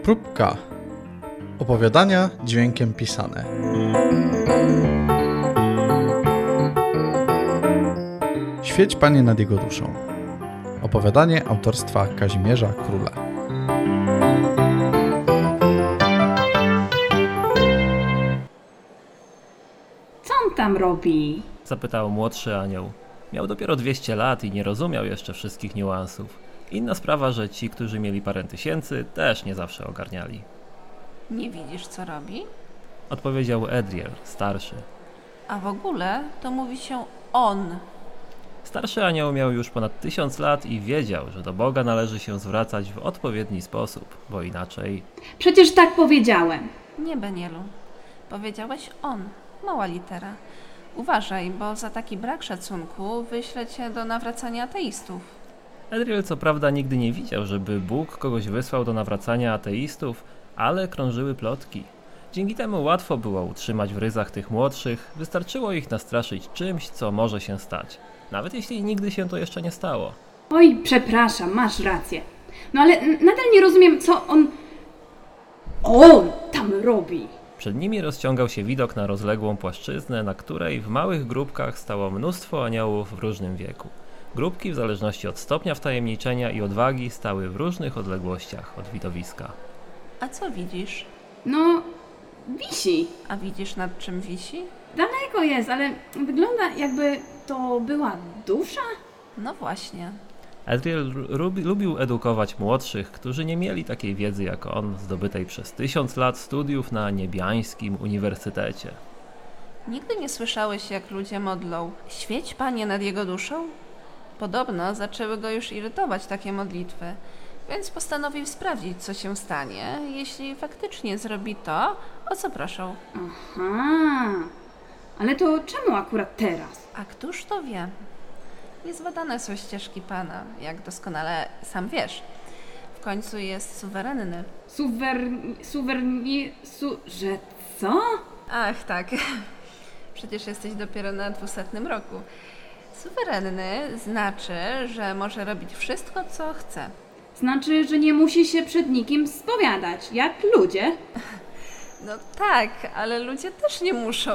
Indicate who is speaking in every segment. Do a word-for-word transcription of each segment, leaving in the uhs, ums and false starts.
Speaker 1: Próbka. Opowiadania dźwiękiem pisane. Świeć Panie nad jego duszą. Opowiadanie autorstwa Kazimierza Króla.
Speaker 2: Co on tam robi?
Speaker 3: Zapytał młodszy anioł. Miał dopiero dwieście lat i nie rozumiał jeszcze wszystkich niuansów. Inna sprawa, że ci, którzy mieli parę tysięcy, też nie zawsze ogarniali.
Speaker 4: Nie widzisz, co robi?
Speaker 3: Odpowiedział Edriel, starszy.
Speaker 4: A w ogóle to mówi się on.
Speaker 3: Starszy anioł miał już ponad tysiąc lat i wiedział, że do Boga należy się zwracać w odpowiedni sposób, bo inaczej...
Speaker 2: Przecież tak powiedziałem.
Speaker 4: Nie, Benielu. Powiedziałeś on. Mała litera. Uważaj, bo za taki brak szacunku wyślę cię do nawracania ateistów.
Speaker 3: Edriel co prawda nigdy nie widział, żeby Bóg kogoś wysłał do nawracania ateistów, ale krążyły plotki. Dzięki temu łatwo było utrzymać w ryzach tych młodszych, wystarczyło ich nastraszyć czymś, co może się stać. Nawet jeśli nigdy się to jeszcze nie stało.
Speaker 2: Oj, przepraszam, masz rację. No ale nadal nie rozumiem, co on... On tam robi.
Speaker 3: Przed nimi rozciągał się widok na rozległą płaszczyznę, na której w małych grupkach stało mnóstwo aniołów w różnym wieku. Grupki w zależności od stopnia wtajemniczenia i odwagi stały w różnych odległościach od widowiska.
Speaker 4: A co widzisz?
Speaker 2: No, wisi.
Speaker 4: A widzisz, nad czym wisi?
Speaker 2: Daleko jest, ale wygląda, jakby to była dusza.
Speaker 4: No właśnie.
Speaker 3: Edriel lubi, lubił edukować młodszych, którzy nie mieli takiej wiedzy jak on, zdobytej przez tysiąc lat studiów na niebiańskim uniwersytecie.
Speaker 4: Nigdy nie słyszałeś, jak ludzie modlą: świeć Panie nad jego duszą? Podobno zaczęły go już irytować takie modlitwy, więc postanowił sprawdzić, co się stanie, jeśli faktycznie zrobi to, o co proszą.
Speaker 2: Aha, ale to czemu akurat teraz?
Speaker 4: A któż to wie? Niezbadane są ścieżki Pana, jak doskonale sam wiesz. W końcu jest suwerenny.
Speaker 2: Suwer... suwerni... su... że co?
Speaker 4: Ach, tak. Przecież jesteś dopiero na dwusetnym roku. Suwerenny znaczy, że może robić wszystko, co chce.
Speaker 2: Znaczy, że nie musi się przed nikim spowiadać, jak ludzie.
Speaker 4: No tak, ale ludzie też nie muszą.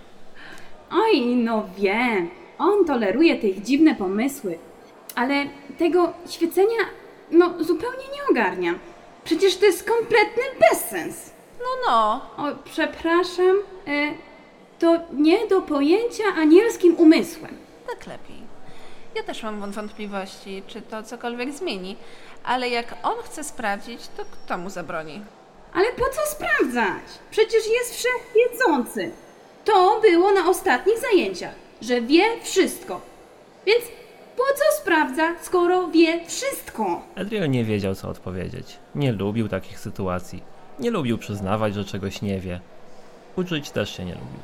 Speaker 2: Oj, no wiem. On toleruje tych dziwne pomysły. Ale tego świecenia, no zupełnie nie ogarniam. Przecież to jest kompletny bezsens.
Speaker 4: No, no.
Speaker 2: O, przepraszam, e, to nie do pojęcia anielskim umysłem.
Speaker 4: Tak lepiej. Ja też mam wątpliwości, czy to cokolwiek zmieni, ale jak on chce sprawdzić, to kto mu zabroni?
Speaker 2: Ale po co sprawdzać? Przecież jest wszechwiedzący. To było na ostatnich zajęciach, że wie wszystko. Więc po co sprawdza, skoro wie wszystko?
Speaker 3: Edriel nie wiedział, co odpowiedzieć. Nie lubił takich sytuacji. Nie lubił przyznawać, że czegoś nie wie. Uczyć też się nie lubił.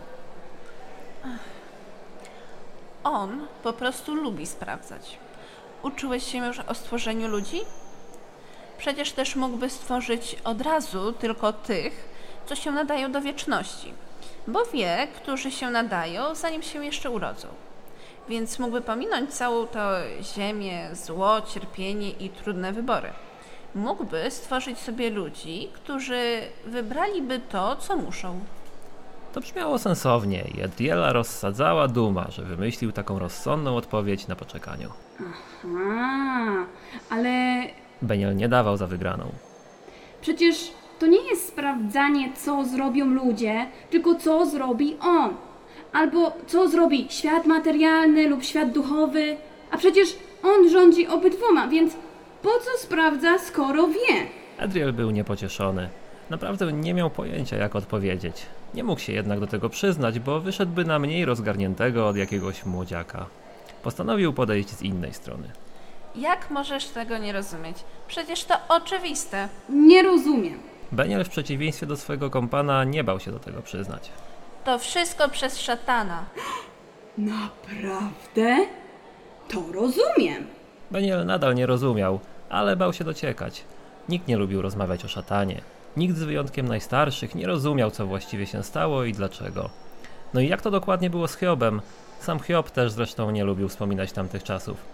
Speaker 4: On po prostu lubi sprawdzać. Uczyłeś się już o stworzeniu ludzi? Przecież też mógłby stworzyć od razu tylko tych, co się nadają do wieczności, bo wie, którzy się nadają, zanim się jeszcze urodzą. Więc mógłby pominąć całą tę ziemię, zło, cierpienie i trudne wybory. Mógłby stworzyć sobie ludzi, którzy wybraliby to, co muszą.
Speaker 3: To brzmiało sensownie i Edriela rozsadzała duma, że wymyślił taką rozsądną odpowiedź na poczekaniu.
Speaker 2: Aha, ale
Speaker 3: Beniel nie dawał za wygraną.
Speaker 2: przecież to nie jest sprawdzanie, co zrobią ludzie, tylko co zrobi on. Albo co zrobi świat materialny lub świat duchowy. A przecież on rządzi obydwoma, więc po co sprawdza, skoro wie?
Speaker 3: Edriel był niepocieszony. Naprawdę nie miał pojęcia, jak odpowiedzieć. Nie mógł się jednak do tego przyznać, bo wyszedłby na mniej rozgarniętego od jakiegoś młodziaka. Postanowił podejść z innej strony.
Speaker 4: Jak możesz tego nie rozumieć? Przecież to oczywiste.
Speaker 2: Nie rozumiem.
Speaker 3: Beniel w przeciwieństwie do swojego kompana nie bał się do tego przyznać.
Speaker 4: To wszystko przez szatana.
Speaker 2: Naprawdę? To rozumiem.
Speaker 3: Beniel nadal nie rozumiał, ale bał się dociekać. Nikt nie lubił rozmawiać o szatanie. Nikt z wyjątkiem najstarszych nie rozumiał, co właściwie się stało i dlaczego. No i jak to dokładnie było z Hiobem? Sam Hiob też zresztą nie lubił wspominać tamtych czasów.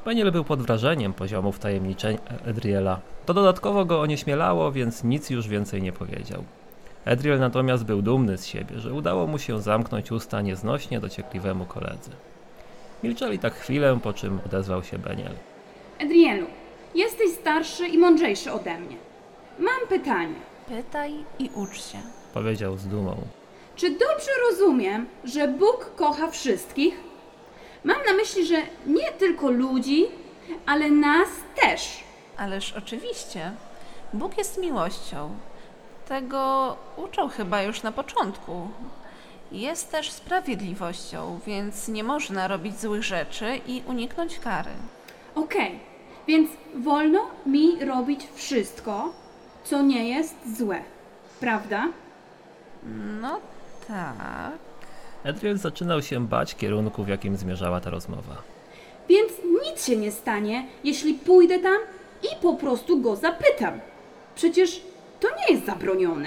Speaker 3: Beniel był pod wrażeniem poziomu wtajemniczeń Edriela. To dodatkowo go onieśmielało, więc nic już więcej nie powiedział. Edriel natomiast był dumny z siebie, że udało mu się zamknąć usta nieznośnie dociekliwemu koledze. Milczeli tak chwilę, po czym odezwał się Beniel.
Speaker 2: Edrielu, jesteś starszy i mądrzejszy ode mnie. Mam pytanie.
Speaker 4: Pytaj i ucz się.
Speaker 3: Powiedział z dumą.
Speaker 2: Czy dobrze rozumiem, że Bóg kocha wszystkich? Mam na myśli, że nie tylko ludzi, ale nas też.
Speaker 4: Ależ oczywiście, Bóg jest miłością. Tego uczą chyba już na początku. Jest też sprawiedliwością, więc nie można robić złych rzeczy i uniknąć kary.
Speaker 2: Okej, więc wolno mi robić wszystko, co nie jest złe. Prawda?
Speaker 4: No tak.
Speaker 3: Edriel zaczynał się bać kierunku, w jakim zmierzała ta rozmowa.
Speaker 2: Więc nic się nie stanie, jeśli pójdę tam i po prostu go zapytam. Przecież to nie jest zabronione.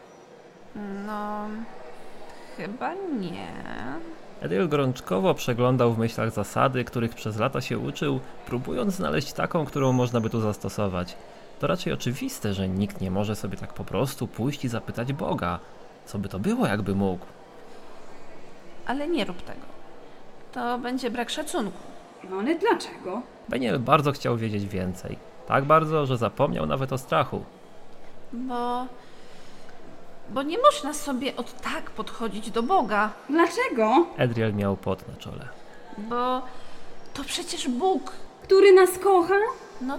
Speaker 4: No, chyba nie.
Speaker 3: Edriel gorączkowo przeglądał w myślach zasady, których przez lata się uczył, próbując znaleźć taką, którą można by tu zastosować. To raczej oczywiste, że nikt nie może sobie tak po prostu pójść i zapytać Boga. Co by to było, jakby mógł?
Speaker 4: Ale nie rób tego. To będzie brak szacunku.
Speaker 2: No ale dlaczego?
Speaker 3: Beniel bardzo chciał wiedzieć więcej. Tak bardzo, że zapomniał nawet o strachu.
Speaker 4: Bo... Bo nie można sobie od tak podchodzić do Boga.
Speaker 2: Dlaczego?
Speaker 3: Edriel miał pot na czole.
Speaker 4: Bo to przecież Bóg.
Speaker 2: Który nas kocha?
Speaker 4: No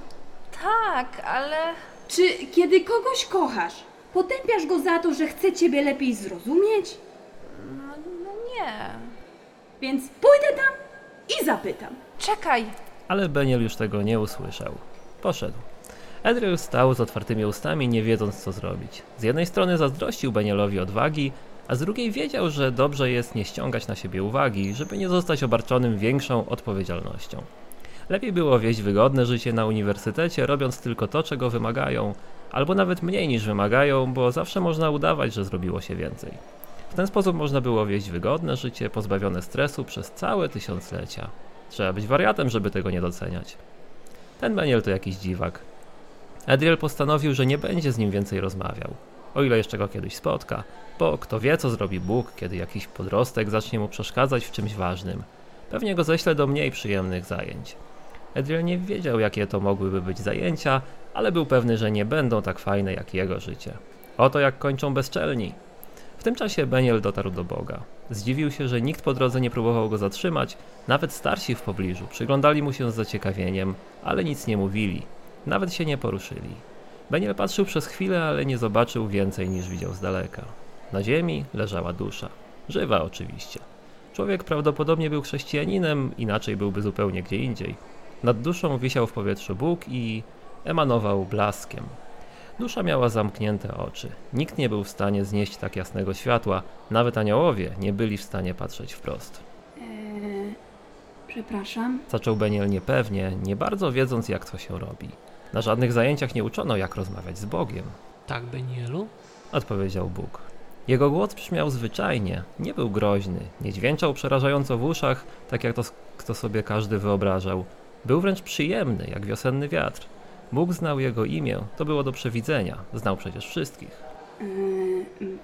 Speaker 4: tak, ale...
Speaker 2: Czy kiedy kogoś kochasz, potępiasz go za to, że chce ciebie lepiej zrozumieć?
Speaker 4: No, no nie.
Speaker 2: Więc pójdę tam i zapytam.
Speaker 4: Czekaj.
Speaker 3: Ale Beniel już tego nie usłyszał. Poszedł. Edriel stał z otwartymi ustami, nie wiedząc co zrobić. Z jednej strony zazdrościł Benielowi odwagi, a z drugiej wiedział, że dobrze jest nie ściągać na siebie uwagi, żeby nie zostać obarczonym większą odpowiedzialnością. Lepiej było wieść wygodne życie na uniwersytecie, robiąc tylko to, czego wymagają, albo nawet mniej niż wymagają, bo zawsze można udawać, że zrobiło się więcej. W ten sposób można było wieść wygodne życie, pozbawione stresu przez całe tysiąclecia. Trzeba być wariatem, żeby tego nie doceniać. Ten Beniel to jakiś dziwak. Edriel postanowił, że nie będzie z nim więcej rozmawiał, o ile jeszcze go kiedyś spotka, bo kto wie, co zrobi Bóg, kiedy jakiś podrostek zacznie mu przeszkadzać w czymś ważnym. Pewnie go ześle do mniej przyjemnych zajęć. Edriel nie wiedział, jakie to mogłyby być zajęcia, ale był pewny, że nie będą tak fajne jak jego życie. Oto jak kończą bezczelni. W tym czasie Beniel dotarł do Boga. Zdziwił się, że nikt po drodze nie próbował go zatrzymać, nawet starsi w pobliżu przyglądali mu się z zaciekawieniem, ale nic nie mówili. Nawet się nie poruszyli. Beniel patrzył przez chwilę, ale nie zobaczył więcej niż widział z daleka. Na ziemi leżała dusza. Żywa oczywiście. Człowiek prawdopodobnie był chrześcijaninem, inaczej byłby zupełnie gdzie indziej. Nad duszą wisiał w powietrzu Bóg i emanował blaskiem. Dusza miała zamknięte oczy. Nikt nie był w stanie znieść tak jasnego światła, nawet aniołowie nie byli w stanie patrzeć wprost.
Speaker 2: Eee, przepraszam.
Speaker 3: Zaczął Beniel niepewnie, nie bardzo wiedząc, jak to się robi. Na żadnych zajęciach nie uczono, jak rozmawiać z Bogiem.
Speaker 5: Tak, Benielu?
Speaker 3: Odpowiedział Bóg. Jego głos brzmiał zwyczajnie, nie był groźny, nie dźwięczał przerażająco w uszach, tak jak to kto sobie każdy wyobrażał. Był wręcz przyjemny, jak wiosenny wiatr. Bóg znał jego imię, to było do przewidzenia, znał przecież wszystkich.
Speaker 2: Eee, m,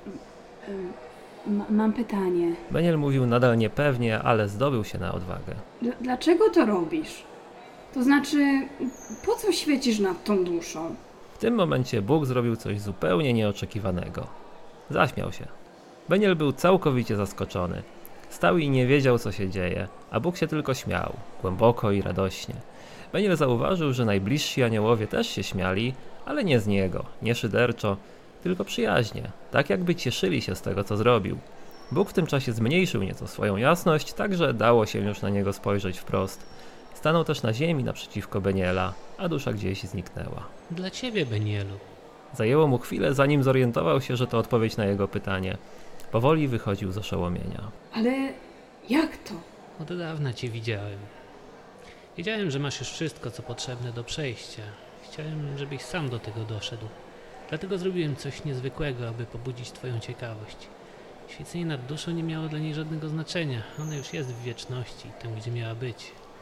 Speaker 2: m, mam pytanie.
Speaker 3: Beniel mówił nadal niepewnie, ale zdobył się na odwagę.
Speaker 2: Dl- dlaczego to robisz? To znaczy, po co świecisz nad tą duszą?
Speaker 3: W tym momencie Bóg zrobił coś zupełnie nieoczekiwanego. Zaśmiał się. Beniel był całkowicie zaskoczony. Stał i nie wiedział, co się dzieje, a Bóg się tylko śmiał, głęboko i radośnie. Beniel zauważył, że najbliżsi aniołowie też się śmiali, ale nie z niego, nie szyderczo, tylko przyjaźnie, tak jakby cieszyli się z tego, co zrobił. Bóg w tym czasie zmniejszył nieco swoją jasność, tak że dało się już na niego spojrzeć wprost. Stanął też na ziemi naprzeciwko Beniela, a dusza gdzieś zniknęła.
Speaker 5: Dla ciebie, Benielu.
Speaker 3: Zajęło mu chwilę, zanim zorientował się, że to odpowiedź na jego pytanie. Powoli wychodził z oszołomienia.
Speaker 2: Ale jak to?
Speaker 5: Od dawna cię widziałem. Wiedziałem, że masz już wszystko, co potrzebne do przejścia. Chciałem, żebyś sam do tego doszedł. Dlatego zrobiłem coś niezwykłego, aby pobudzić twoją ciekawość. Świecenie nad duszą nie miało dla niej żadnego znaczenia. Ona już jest w wieczności, tam gdzie miała być.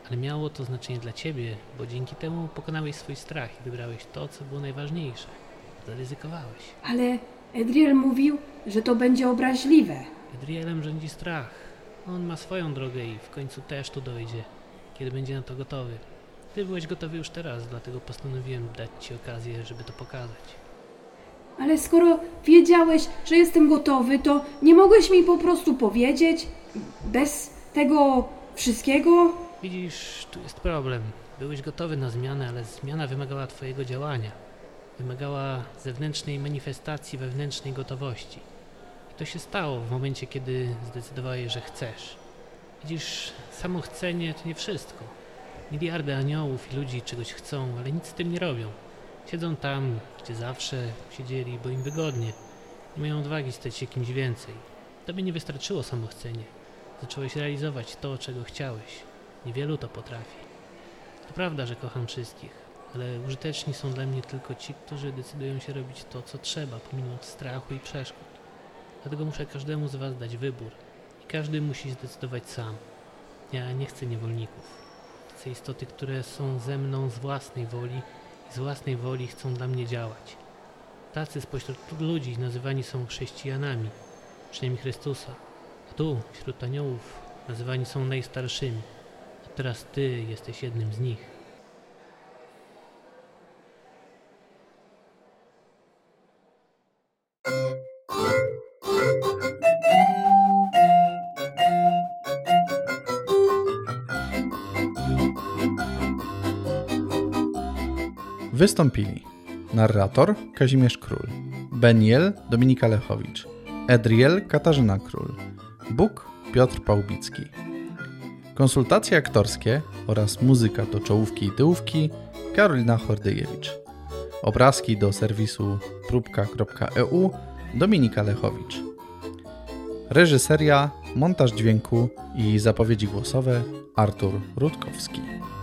Speaker 5: ale miało to znaczenie dla ciebie, bo dzięki temu pokonałeś swój strach i wybrałeś to, co było najważniejsze. Zaryzykowałeś.
Speaker 2: Ale Edriel mówił, że to będzie obraźliwe.
Speaker 5: Edrielem rządzi strach. On ma swoją drogę i w końcu też tu dojdzie, kiedy będzie na to gotowy. Ty byłeś gotowy już teraz, dlatego postanowiłem dać ci okazję, żeby to pokazać.
Speaker 2: Ale skoro wiedziałeś, że jestem gotowy, to nie mogłeś mi po prostu powiedzieć? Bez tego wszystkiego?
Speaker 5: Widzisz, tu jest problem. Byłeś gotowy na zmianę, ale zmiana wymagała twojego działania. Wymagała zewnętrznej manifestacji wewnętrznej gotowości. I to się stało w momencie, kiedy zdecydowałeś, że chcesz. Widzisz, samo chcenie to nie wszystko. Miliardy aniołów i ludzi czegoś chcą, ale nic z tym nie robią. Siedzą tam, gdzie zawsze siedzieli, bo im wygodnie. Nie mają odwagi stać się kimś więcej. Tobie nie wystarczyło samo chcenie. Zacząłeś realizować to, czego chciałeś. Niewielu to potrafi. To prawda, że kocham wszystkich, ale użyteczni są dla mnie tylko ci, którzy decydują się robić to, co trzeba, pomimo strachu i przeszkód. Dlatego muszę każdemu z was dać wybór. I każdy musi zdecydować sam. Ja nie chcę niewolników. Chcę istoty, które są ze mną z własnej woli i z własnej woli chcą dla mnie działać. Tacy spośród ludzi nazywani są chrześcijanami, przynajmniej Chrystusa. A tu, wśród aniołów, nazywani są najstarszymi. A teraz ty jesteś jednym z nich.
Speaker 1: Wystąpili narrator Kazimierz Król, Beniel Dominika Lechowicz, Edriel Katarzyna Król, Bóg Piotr Pałbicki. Konsultacje aktorskie oraz muzyka do czołówki i tyłówki Karolina Hordyjewicz. Obrazki do serwisu próbka kropka e u Dominika Lechowicz. Reżyseria, montaż dźwięku i zapowiedzi głosowe Artur Rutkowski.